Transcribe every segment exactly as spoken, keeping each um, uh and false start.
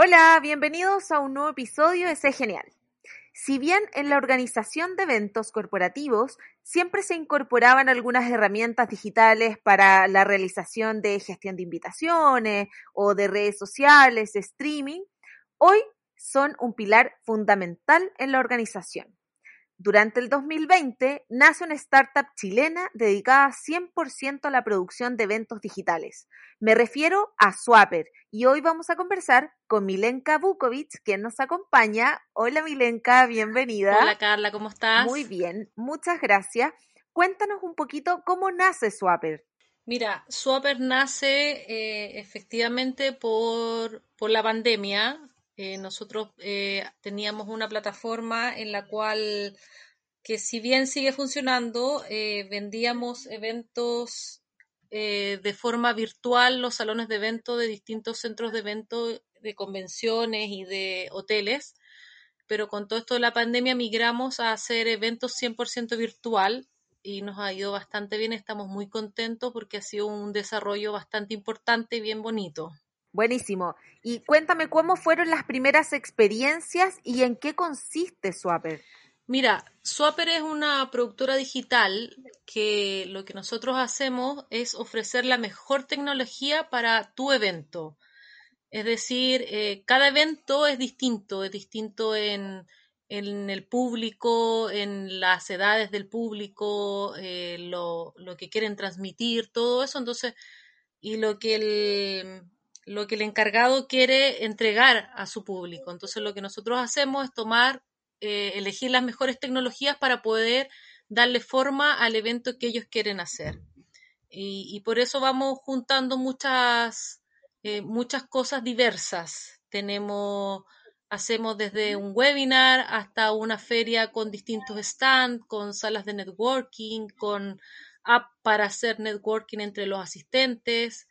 Hola, bienvenidos a un nuevo episodio de Sé Genial. Si bien en la organización de eventos corporativos siempre se incorporaban algunas herramientas digitales para la realización de gestión de invitaciones o de redes sociales, streaming, hoy son un pilar fundamental en la organización. Durante el dos mil veinte nace una startup chilena dedicada cien por ciento a la producción de eventos digitales. Me refiero a Swapper y hoy vamos a conversar con Milenka Vukovic, quien nos acompaña. Hola Milenka, bienvenida. Hola Carla, ¿cómo estás? Muy bien, muchas gracias. Cuéntanos un poquito cómo nace Swapper. Mira, Swapper nace eh, efectivamente por, por la pandemia. Eh, nosotros eh, teníamos una plataforma en la cual, que si bien sigue funcionando, eh, vendíamos eventos eh, de forma virtual, los salones de eventos de distintos centros de eventos, de convenciones y de hoteles. Pero con todo esto de la pandemia migramos a hacer eventos cien por ciento virtual y nos ha ido bastante bien, estamos muy contentos porque ha sido un desarrollo bastante importante y bien bonito. Buenísimo. Y cuéntame cómo fueron las primeras experiencias y en qué consiste Swapper. Mira, Swapper es una productora digital que lo que nosotros hacemos es ofrecer la mejor tecnología para tu evento. Es decir, eh, cada evento es distinto, es distinto en, en el público, en las edades del público, eh, lo, lo que quieren transmitir, todo eso. Entonces, y lo que el, lo que el encargado quiere entregar a su público. Entonces, lo que nosotros hacemos es tomar, eh, elegir las mejores tecnologías para poder darle forma al evento que ellos quieren hacer. Y, y por eso vamos juntando muchas, eh, muchas cosas diversas. Tenemos, hacemos desde un webinar hasta una feria con distintos stands, con salas de networking, con app para hacer networking entre los asistentes.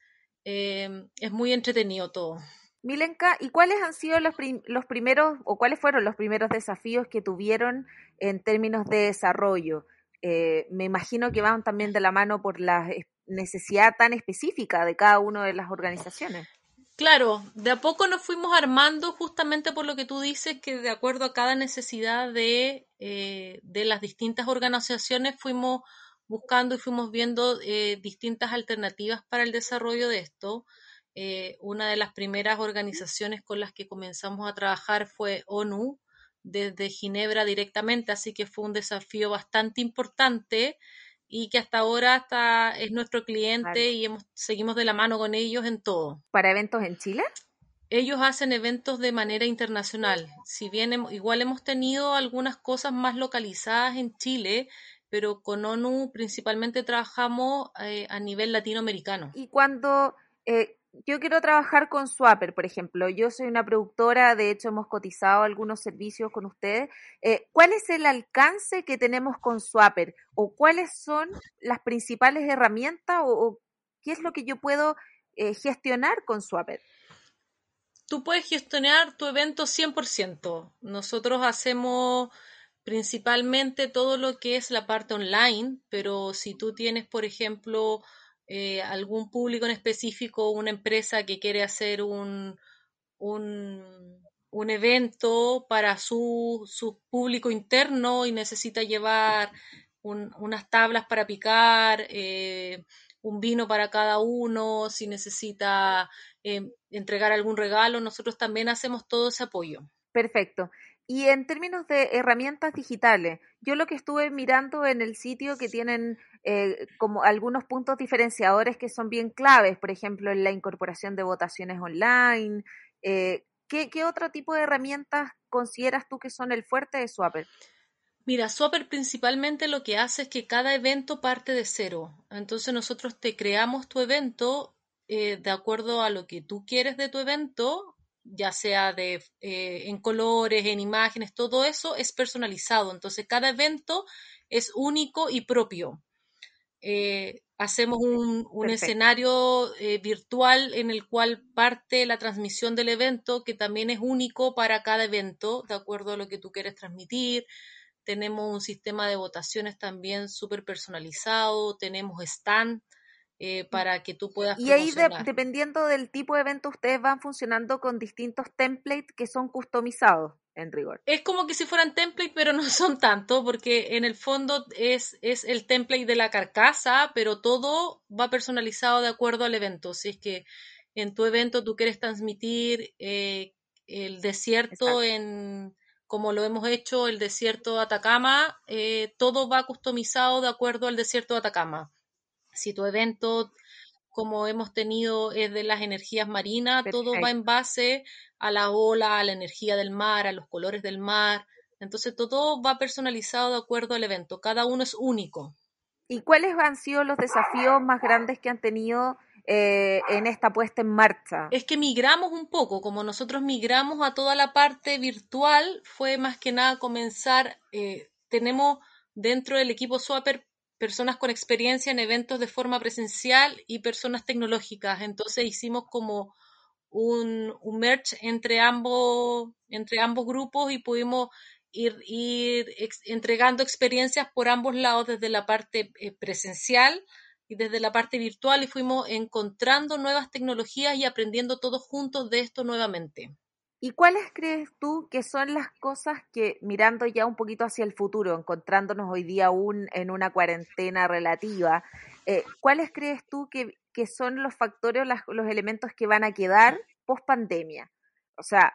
Eh, es muy entretenido todo. Milenka, ¿y cuáles han sido los, prim los primeros o cuáles fueron los primeros desafíos que tuvieron en términos de desarrollo? Eh, me imagino que van también de la mano por la necesidad tan específica de cada una de las organizaciones. Claro, de a poco nos fuimos armando justamente por lo que tú dices, que de acuerdo a cada necesidad de, eh, de las distintas organizaciones fuimos buscando y fuimos viendo eh, distintas alternativas para el desarrollo de esto. Eh, una de las primeras organizaciones con las que comenzamos a trabajar fue ONU, desde Ginebra directamente, así que fue un desafío bastante importante y que hasta ahora está, es nuestro Vale. cliente y hemos, seguimos de la mano con ellos en todo. ¿Para eventos en Chile? Ellos hacen eventos de manera internacional. Si bien hem- igual hemos tenido algunas cosas más localizadas en Chile, pero con ONU principalmente trabajamos eh, a nivel latinoamericano. Y cuando eh, yo quiero trabajar con Swapper, por ejemplo, yo soy una productora, de hecho hemos cotizado algunos servicios con ustedes, eh, ¿cuál es el alcance que tenemos con Swapper? ¿O cuáles son las principales herramientas o, o qué es lo que yo puedo eh, gestionar con Swapper? Tú puedes gestionar tu evento cien por ciento. Nosotros hacemos principalmente todo lo que es la parte online, pero si tú tienes, por ejemplo, eh, algún público en específico, una empresa que quiere hacer un, un, un evento para su, su público interno y necesita llevar un, unas tablas para picar, eh, un vino para cada uno, si necesita eh, entregar algún regalo, nosotros también hacemos todo ese apoyo. Perfecto. Y en términos de herramientas digitales, yo lo que estuve mirando en el sitio que tienen eh, como algunos puntos diferenciadores que son bien claves, por ejemplo, en la incorporación de votaciones online. Eh, ¿qué, ¿Qué otro tipo de herramientas consideras tú que son el fuerte de Swapper? Mira, Swapper principalmente lo que hace es que cada evento parte de cero. Entonces nosotros te creamos tu evento eh, de acuerdo a lo que tú quieres de tu evento, ya sea de eh, en colores, en imágenes, todo eso es personalizado. Entonces cada evento es único y propio. Eh, hacemos un, un Perfecto. escenario eh, virtual en el cual parte la transmisión del evento, que también es único para cada evento, de acuerdo a lo que tú quieres transmitir. Tenemos un sistema de votaciones también súper personalizado, tenemos stand eh, Y, para que tú puedas y ahí, de- promocionar. dependiendo del tipo de evento, ustedes van funcionando con distintos templates que son customizados en rigor. Es como que si fueran templates, pero no son tanto, porque en el fondo es, es el template de la carcasa, pero todo va personalizado de acuerdo al evento. Si es que en tu evento tú quieres transmitir eh, el desierto Exacto. en, como lo hemos hecho, el desierto de Atacama, eh, todo va customizado de acuerdo al desierto de Atacama. Si tu evento, como hemos tenido, es de las energías marinas, todo va en Perfecto. base a la ola, a la energía del mar, a los colores del mar. Entonces todo va personalizado de acuerdo al evento. Cada uno es único. ¿Y cuáles han sido los desafíos más grandes que han tenido eh, en esta puesta en marcha? Es que migramos un poco, como nosotros migramos a toda la parte virtual, fue más que nada comenzar, eh, tenemos dentro del equipo Swapper personas con experiencia en eventos de forma presencial y personas tecnológicas, entonces hicimos como un, un merge entre ambos, entre ambos grupos y pudimos ir, ir ex, entregando experiencias por ambos lados, desde la parte eh, presencial y desde la parte virtual, y fuimos encontrando nuevas tecnologías y aprendiendo todos juntos de esto nuevamente. ¿Y cuáles crees tú que son las cosas que, mirando ya un poquito hacia el futuro, encontrándonos hoy día aún en una cuarentena relativa, eh, cuáles crees tú que, que son los factores, las, los elementos que van a quedar post pandemia? O sea,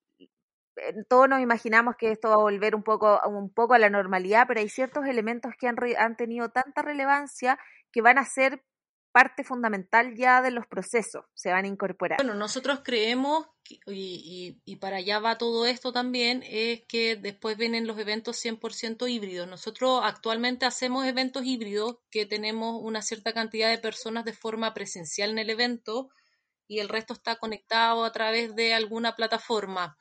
eh, todos nos imaginamos que esto va a volver un poco, un poco a la normalidad, pero hay ciertos elementos que han, re- han tenido tanta relevancia que van a ser parte fundamental ya de los procesos, se van a incorporar. Bueno, nosotros creemos, que- y, y- y para allá va todo esto también, es que después vienen los eventos cien por ciento híbridos. Nosotros actualmente hacemos eventos híbridos que tenemos una cierta cantidad de personas de forma presencial en el evento y el resto está conectado a través de alguna plataforma.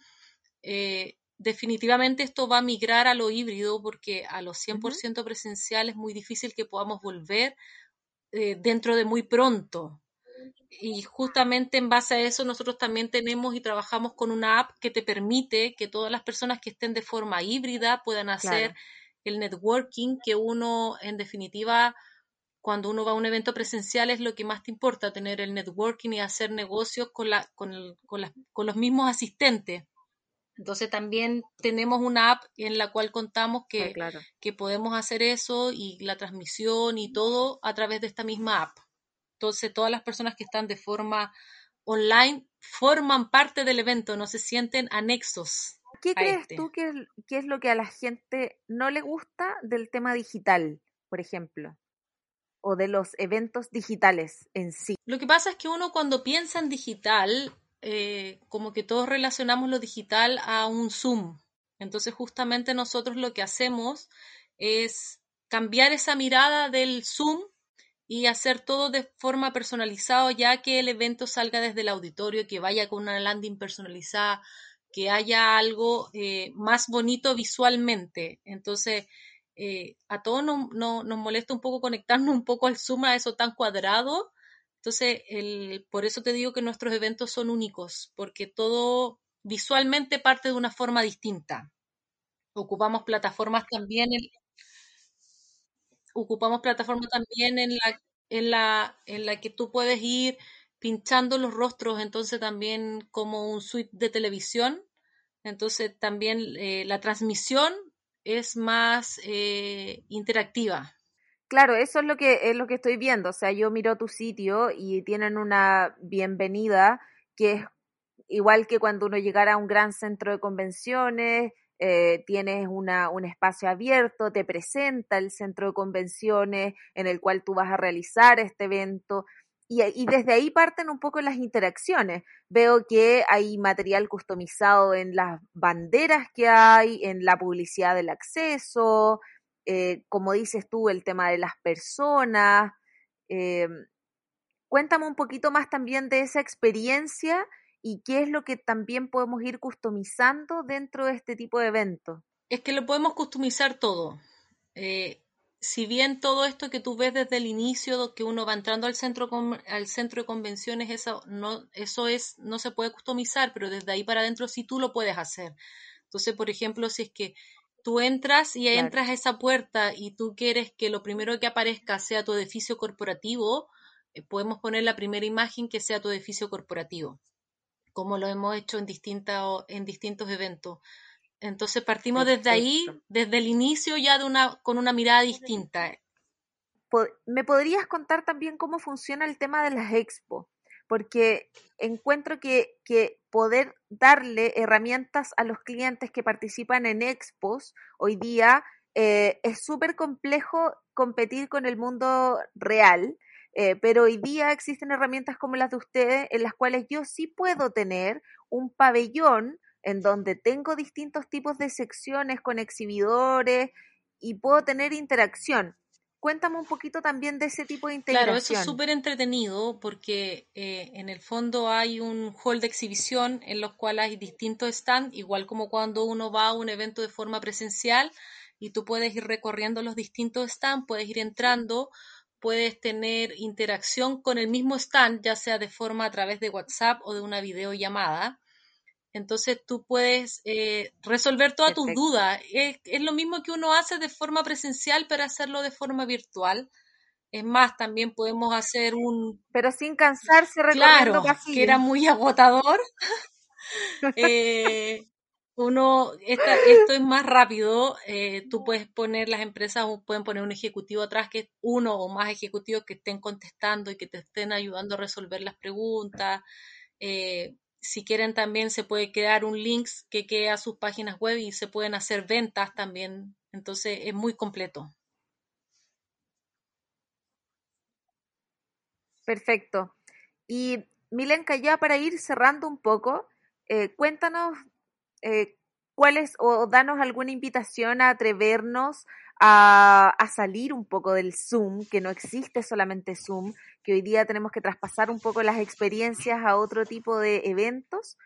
Eh, definitivamente esto va a migrar a lo híbrido porque a los cien por Ujú. ciento presencial es muy difícil que podamos volver eh, dentro de muy pronto. Y justamente en base a eso nosotros también tenemos y trabajamos con una app que te permite que todas las personas que estén de forma híbrida puedan hacer Claro. el networking que uno, en definitiva, cuando uno va a un evento presencial es lo que más te importa, tener el networking y hacer negocios con, la, con, el, con, las, con los mismos asistentes. Entonces también tenemos una app en la cual contamos Está que, claro. que podemos hacer eso y la transmisión y todo a través de esta misma app. Entonces todas las personas que están de forma online forman parte del evento, no se sienten anexos ¿Qué a crees este. tú que, es- que es lo que a la gente no le gusta del tema digital, por ejemplo, o de los eventos digitales en sí? Lo que pasa es que uno cuando piensa en digital, eh, como que todos relacionamos lo digital a un Zoom. Entonces justamente nosotros lo que hacemos es cambiar esa mirada del Zoom y hacer todo de forma personalizada, ya que el evento salga desde el auditorio, que vaya con una landing personalizada, que haya algo eh, más bonito visualmente. Entonces, eh, a todos nos, no, nos molesta un poco conectarnos un poco al Zoom, a eso tan cuadrado. Entonces, el, por eso te digo que nuestros eventos son únicos, porque todo visualmente parte de una forma distinta. Ocupamos plataformas también en, ocupamos plataformas también en la, en la, en la que tú puedes ir pinchando los rostros, entonces también como un suite de televisión, entonces también eh, la transmisión es más eh, interactiva. Claro, eso es lo que es lo que estoy viendo. O sea, yo miro tu sitio y tienen una bienvenida que es igual que cuando uno llegara a un gran centro de convenciones, eh, tienes una, un espacio abierto, te presenta el centro de convenciones en el cual tú vas a realizar este evento. Y, y desde ahí parten un poco las interacciones. Veo que hay material customizado en las banderas que hay, en la publicidad del acceso, eh, como dices tú, el tema de las personas. Eh, Cuéntame un poquito más también de esa experiencia y qué es lo que también podemos ir customizando dentro de este tipo de eventos. Es que lo podemos customizar todo. Eh, si bien todo esto que tú ves desde el inicio, que uno va entrando al centro, al centro de convenciones, eso no, eso es, no se puede customizar, pero desde ahí para adentro sí tú lo puedes hacer. Entonces, por ejemplo, si es que tú entras y Claro. entras a esa puerta y tú quieres que lo primero que aparezca sea tu edificio corporativo, eh, podemos poner la primera imagen que sea tu edificio corporativo, como lo hemos hecho en, distinta, en distintos eventos. Entonces partimos desde Perfecto. ahí, desde el inicio ya de una, con una mirada distinta. ¿Me podrías contar también cómo funciona el tema de las expo? Porque encuentro que, que poder darle herramientas a los clientes que participan en expos hoy día eh, es súper complejo competir con el mundo real, eh, pero hoy día existen herramientas como las de ustedes en las cuales yo sí puedo tener un pabellón en donde tengo distintos tipos de secciones con exhibidores y puedo tener interacción. Cuéntame un poquito también de ese tipo de Claro, eso es integración. súper entretenido porque eh, en el fondo hay un hall de exhibición en los cuales hay distintos stands, igual como cuando uno va a un evento de forma presencial y tú puedes ir recorriendo los distintos stands, puedes ir entrando, puedes tener interacción con el mismo stand, ya sea de forma a través de WhatsApp o de una videollamada. Entonces tú puedes eh, resolver todas tus Perfecto. dudas. Es, es lo mismo que uno hace de forma presencial, pero hacerlo de forma virtual. Es más, también podemos hacer un, Pero sin cansarse recorriendo claro, que era pasillos. muy agotador. Eh, uno, esta, esto es más rápido. Eh, tú puedes poner, las empresas pueden poner un ejecutivo atrás, que uno o más ejecutivos que estén contestando y que te estén ayudando a resolver las preguntas. Eh, si quieren también se puede crear un link que quede a sus páginas web y se pueden hacer ventas también. Entonces es muy completo. Perfecto. Y Milenka, ya para ir cerrando un poco, eh, cuéntanos eh, cuáles o danos alguna invitación a atrevernos a, a salir un poco del Zoom, que no existe solamente Zoom, que hoy día tenemos que traspasar un poco las experiencias a otro tipo de eventos.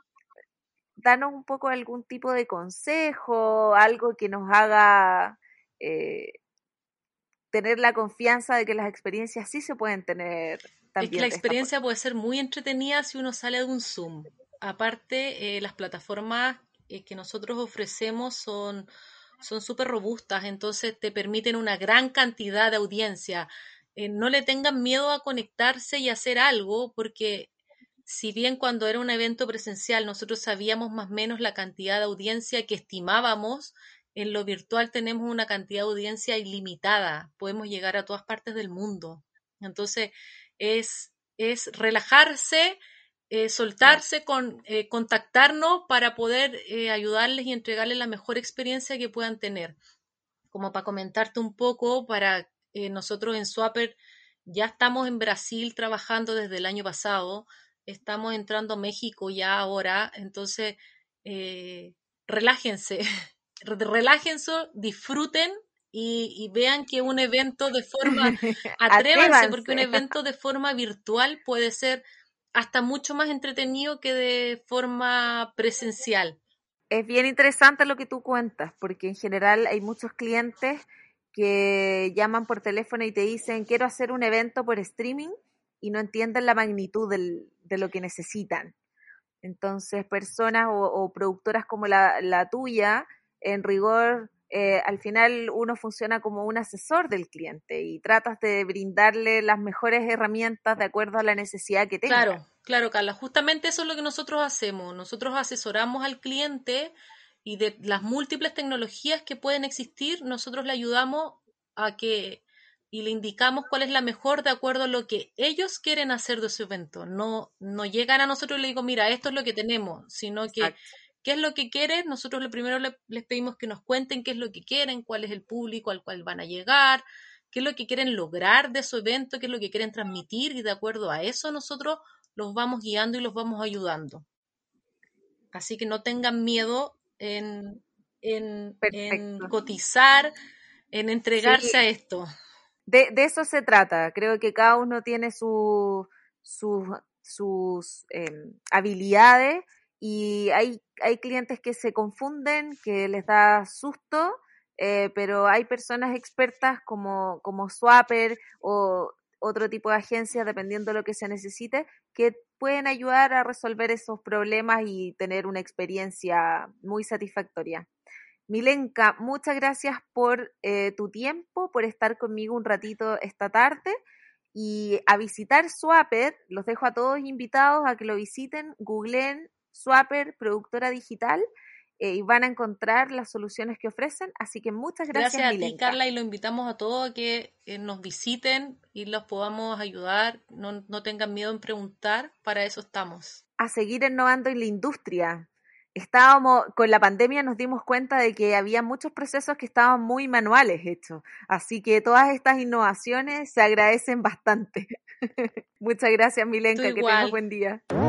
Danos un poco algún tipo de consejo, algo que nos haga eh, tener la confianza de que las experiencias sí se pueden tener Es que la también de esta forma. experiencia puede ser muy entretenida si uno sale de un Zoom. Aparte, eh, las plataformas eh, que nosotros ofrecemos son son súper robustas, entonces te permiten una gran cantidad de audiencia. Eh, no le tengan miedo a conectarse y hacer algo, porque si bien cuando era un evento presencial nosotros sabíamos más o menos la cantidad de audiencia que estimábamos, en lo virtual tenemos una cantidad de audiencia ilimitada, podemos llegar a todas partes del mundo. Entonces, es, es relajarse, eh, Claro. soltarse, con, eh, contactarnos para poder eh, ayudarles y entregarles la mejor experiencia que puedan tener. Como para comentarte un poco, para eh, nosotros en Swapper ya estamos en Brasil trabajando desde el año pasado, estamos entrando a México ya ahora, entonces eh, relájense, relájense, disfruten y, y, vean que un evento de forma, atrévanse, porque un Atrévanse. evento de forma virtual puede ser hasta mucho más entretenido que de forma presencial. Es bien interesante lo que tú cuentas, porque en general hay muchos clientes que llaman por teléfono y te dicen quiero hacer un evento por streaming y no entienden la magnitud del, de lo que necesitan. Entonces, personas o, o productoras como la, la, tuya, en rigor, eh, al final uno funciona como un asesor del cliente y tratas de brindarle las mejores herramientas de acuerdo a la necesidad que tenga. Claro, claro, Carla. Justamente eso es lo que nosotros hacemos. Nosotros asesoramos al cliente y de las múltiples tecnologías que pueden existir, nosotros le ayudamos a que y le indicamos cuál es la mejor de acuerdo a lo que ellos quieren hacer de su evento. No, no llegan a nosotros y le digo, mira, esto es lo que tenemos, sino que Exacto. qué es lo que quieren. Nosotros lo primero le, les pedimos que nos cuenten qué es lo que quieren, cuál es el público al cual van a llegar, qué es lo que quieren lograr de su evento, qué es lo que quieren transmitir y de acuerdo a eso nosotros los vamos guiando y los vamos ayudando. Así que no tengan miedo en, en, en Perfecto. cotizar, en entregarse a Sí, esto. de, de eso se trata. Creo que cada uno tiene su, sus sus eh, habilidades y hay, hay clientes que se confunden, que les da susto, eh, pero hay personas expertas como, como Swapper o otro tipo de agencias, dependiendo de lo que se necesite, que pueden ayudar a resolver esos problemas y tener una experiencia muy satisfactoria. Milenka, muchas gracias por eh, tu tiempo, por estar conmigo un ratito esta tarde y a visitar Swapper. Los dejo a todos invitados a que lo visiten, googleen Swapper, productora digital, eh, y van a encontrar las soluciones que ofrecen. Así que muchas gracias, Gracias a Milenka. ti, Carla, y lo invitamos a todos a que eh, nos visiten y los podamos ayudar. No, no tengan miedo en preguntar, para eso estamos. A seguir innovando en la industria. Estábamos, con la pandemia nos dimos cuenta de que había muchos procesos que estaban muy manuales hechos, así que todas estas innovaciones se agradecen bastante. Muchas gracias, Milenka, que tengas buen día.